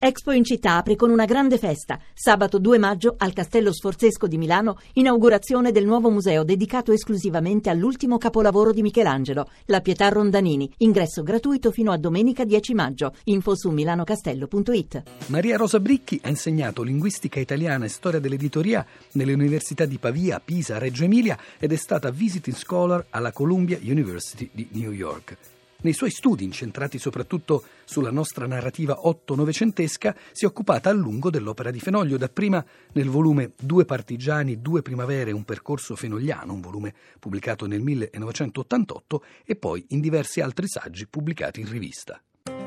Expo in città apre con una grande festa. Sabato 2 maggio al Castello Sforzesco di Milano, inaugurazione del nuovo museo dedicato esclusivamente all'ultimo capolavoro di Michelangelo, la Pietà Rondanini. Ingresso gratuito fino a domenica 10 maggio. Info su milanocastello.it. Maria Rosa Bricchi ha insegnato linguistica italiana e storia dell'editoria nelle università di Pavia, Pisa, Reggio Emilia ed è stata visiting scholar alla Columbia University di New York. Nei suoi studi, incentrati soprattutto sulla nostra narrativa otto-novecentesca, si è occupata a lungo dell'opera di Fenoglio, dapprima nel volume Due partigiani, due primavere, un percorso fenogliano, un volume pubblicato nel 1988, e poi in diversi altri saggi pubblicati in rivista.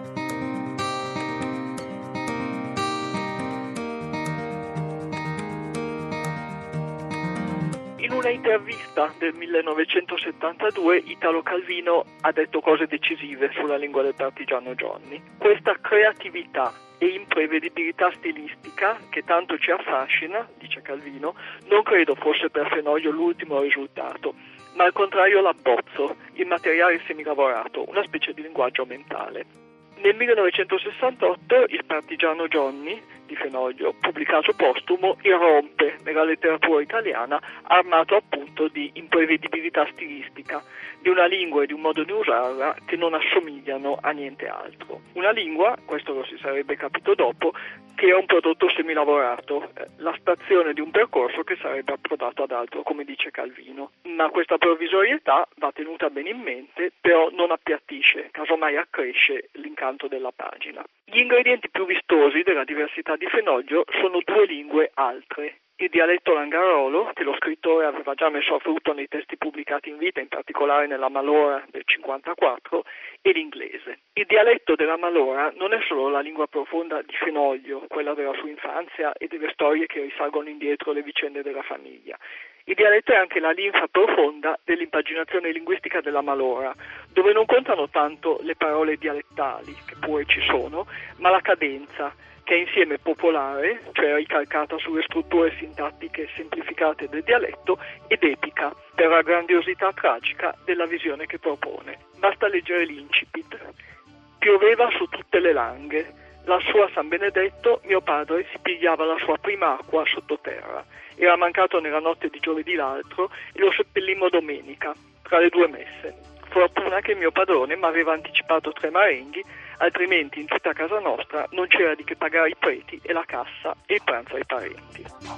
In una intervista del 1972 Italo Calvino ha detto cose decisive sulla lingua del partigiano Johnny. Questa creatività e imprevedibilità stilistica che tanto ci affascina, dice Calvino, non credo fosse per Fenoglio l'ultimo risultato, ma al contrario l'abbozzo, il materiale semilavorato, una specie di linguaggio mentale. Nel 1968 il partigiano Johnny di Fenoglio, pubblicato postumo, irrompe nella letteratura italiana armato appunto di imprevedibilità stilistica, di una lingua e di un modo di usarla che non assomigliano a niente altro. Una lingua, questo lo si sarebbe capito dopo, che è un prodotto semilavorato, la stazione di un percorso che sarebbe approdato ad altro, come dice Calvino. Ma questa provvisorietà va tenuta bene in mente, però non appiattisce, casomai accresce l'incanto della pagina. Gli ingredienti più vistosi della diversità di Fenoglio sono due lingue altre. Il dialetto langarolo, che lo scrittore aveva già messo a frutto nei testi pubblicati in vita, in particolare nella Malora del 54, e l'inglese. Il dialetto della Malora non è solo la lingua profonda di Fenoglio, quella della sua infanzia e delle storie che risalgono indietro le vicende della famiglia. Il dialetto è anche la linfa profonda dell'impaginazione linguistica della Malora, dove non contano tanto le parole dialettali, che pure ci sono, ma la cadenza, che è insieme popolare, cioè ricalcata sulle strutture sintattiche semplificate del dialetto, ed epica, per la grandiosità tragica della visione che propone. Basta leggere l'incipit. Pioveva su tutte le langhe. Lassù a San Benedetto mio padre si pigliava la sua prima acqua sottoterra. Era mancato nella notte di giovedì l'altro e lo seppellimmo domenica, tra le due messe. Fortuna che mio padrone mi aveva anticipato 3 marenghi, altrimenti in tutta casa nostra non c'era di che pagare i preti e la cassa e il pranzo ai parenti.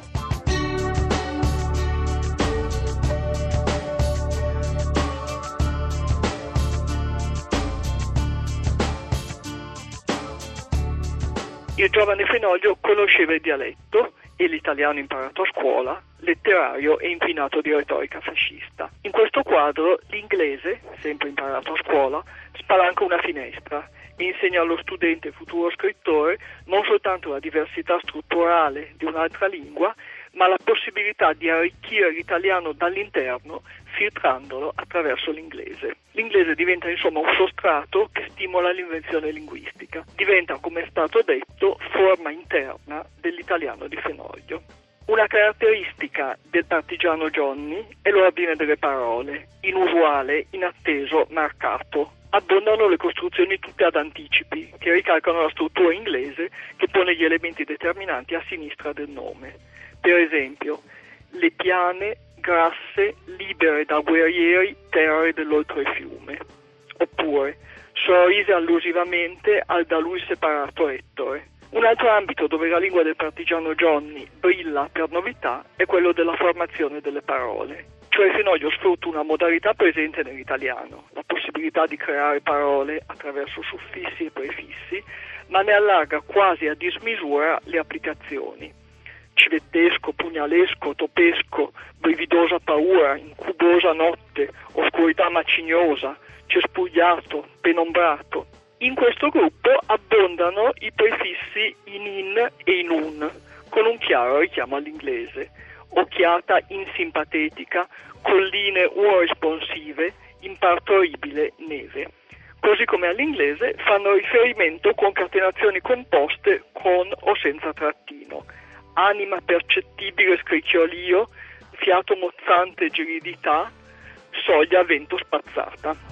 Il giovane Fenoglio conosceva il dialetto e l'italiano imparato a scuola, letterario e inquinato di retorica fascista. In questo quadro l'inglese, sempre imparato a scuola, spalanca una finestra e insegna allo studente futuro scrittore non soltanto la diversità strutturale di un'altra lingua, ma la possibilità di arricchire l'italiano dall'interno filtrandolo attraverso l'inglese. L'inglese diventa insomma un sostrato che stimola l'invenzione linguistica. Diventa, come è stato detto, forma interna dell'italiano di Fenoglio. Una caratteristica del partigiano Johnny è l'ordine delle parole, inusuale, inatteso, marcato. Abbondano le costruzioni tutte ad anticipi, che ricalcano la struttura inglese che pone gli elementi determinanti a sinistra del nome. Per esempio, le piane, grasse, libere da guerrieri, terre dell'oltrefiume. Oppure, sorrise allusivamente al da lui separato Ettore. Un altro ambito dove la lingua del partigiano Johnny brilla per novità è quello della formazione delle parole. Cioè Fenoglio sfrutta una modalità presente nell'italiano, la possibilità di creare parole attraverso suffissi e prefissi, ma ne allarga quasi a dismisura le applicazioni. Civettesco, pugnalesco, topesco, brividosa paura, incubosa notte, oscurità macignosa, cespugliato, penombrato. In questo gruppo abbondano i prefissi in e in un, con un chiaro richiamo all'inglese. Occhiata insimpatetica, colline responsive, impartoribile neve. Così come all'inglese fanno riferimento concatenazioni composte con o senza trattino. Anima percettibile scricchiolio, fiato mozzante giridità, soglia vento spazzata.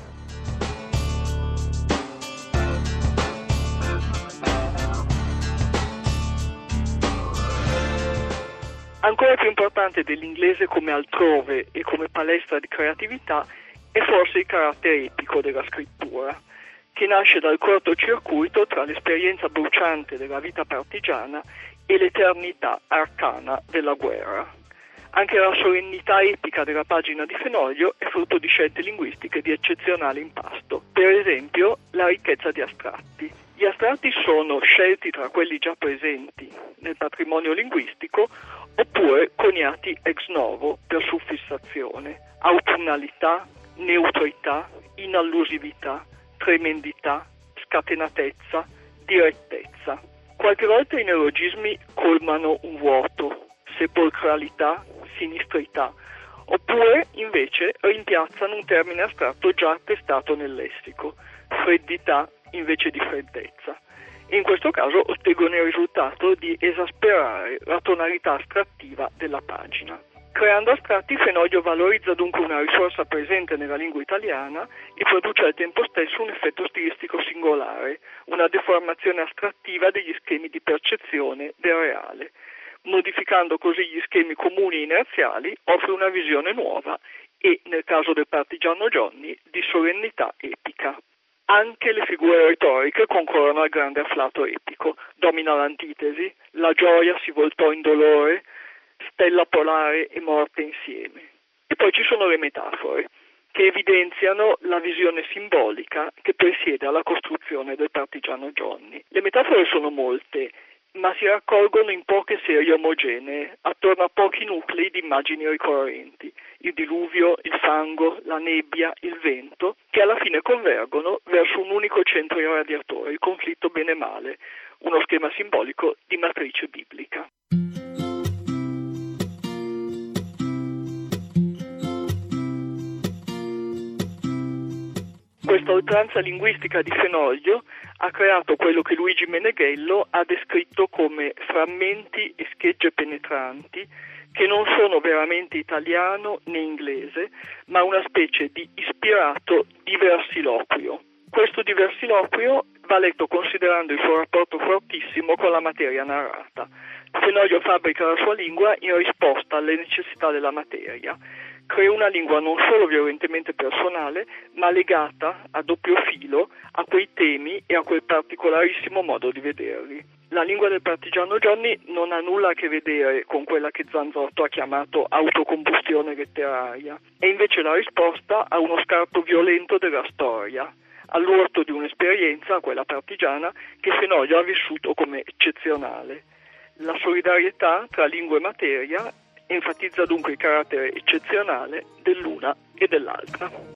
Ancora più importante dell'inglese come altrove e come palestra di creatività è forse il carattere epico della scrittura, che nasce dal cortocircuito tra l'esperienza bruciante della vita partigiana e l'eternità arcana della guerra. Anche la solennità epica della pagina di Fenoglio è frutto di scelte linguistiche di eccezionale impasto. Per esempio, la ricchezza di astratti. Gli astratti sono scelti tra quelli già presenti nel patrimonio linguistico oppure coniati ex novo per suffissazione. Autunnalità, neutrità, inallusività, tremendità, scatenatezza, direttezza. Qualche volta i neologismi colmano un vuoto, sepolcralità, sinistrità, oppure invece rimpiazzano un termine astratto già attestato nel lessico, freddità invece di freddezza. E in questo caso ottengono il risultato di esasperare la tonalità astrattiva della pagina. Creando astratti, Fenoglio valorizza dunque una risorsa presente nella lingua italiana e produce al tempo stesso un effetto stilistico singolare, una deformazione astrattiva degli schemi di percezione del reale. Modificando così gli schemi comuni e inerziali, offre una visione nuova e, nel caso del partigiano Johnny, di solennità epica. Anche le figure retoriche concorrono al grande afflato epico. Domina l'antitesi, la gioia si voltò in dolore, stella polare e morte insieme. E poi ci sono le metafore, che evidenziano la visione simbolica che presiede alla costruzione del partigiano Johnny. Le metafore sono molte, ma si raccolgono in poche serie omogenee, attorno a pochi nuclei di immagini ricorrenti, il diluvio, il fango, la nebbia, il vento, che alla fine convergono verso un unico centro irradiatore, il conflitto bene-male, uno schema simbolico di matrice biblica. Questa oltranza linguistica di Fenoglio ha creato quello che Luigi Meneghello ha descritto come frammenti e schegge penetranti che non sono veramente italiano né inglese, ma una specie di ispirato diversiloquio. Questo diversiloquio va letto considerando il suo rapporto fortissimo con la materia narrata. Fenoglio fabbrica la sua lingua in risposta alle necessità della materia. Crea una lingua non solo violentemente personale, ma legata a doppio filo a quei temi e a quel particolarissimo modo di vederli. La lingua del partigiano Johnny non ha nulla a che vedere con quella che Zanzotto ha chiamato autocombustione letteraria. È invece la risposta a uno scarto violento della storia, all'urto di un'esperienza, quella partigiana, che Fenoglio ha vissuto come eccezionale. La solidarietà tra lingua e materia enfatizza dunque il carattere eccezionale dell'una e dell'altra.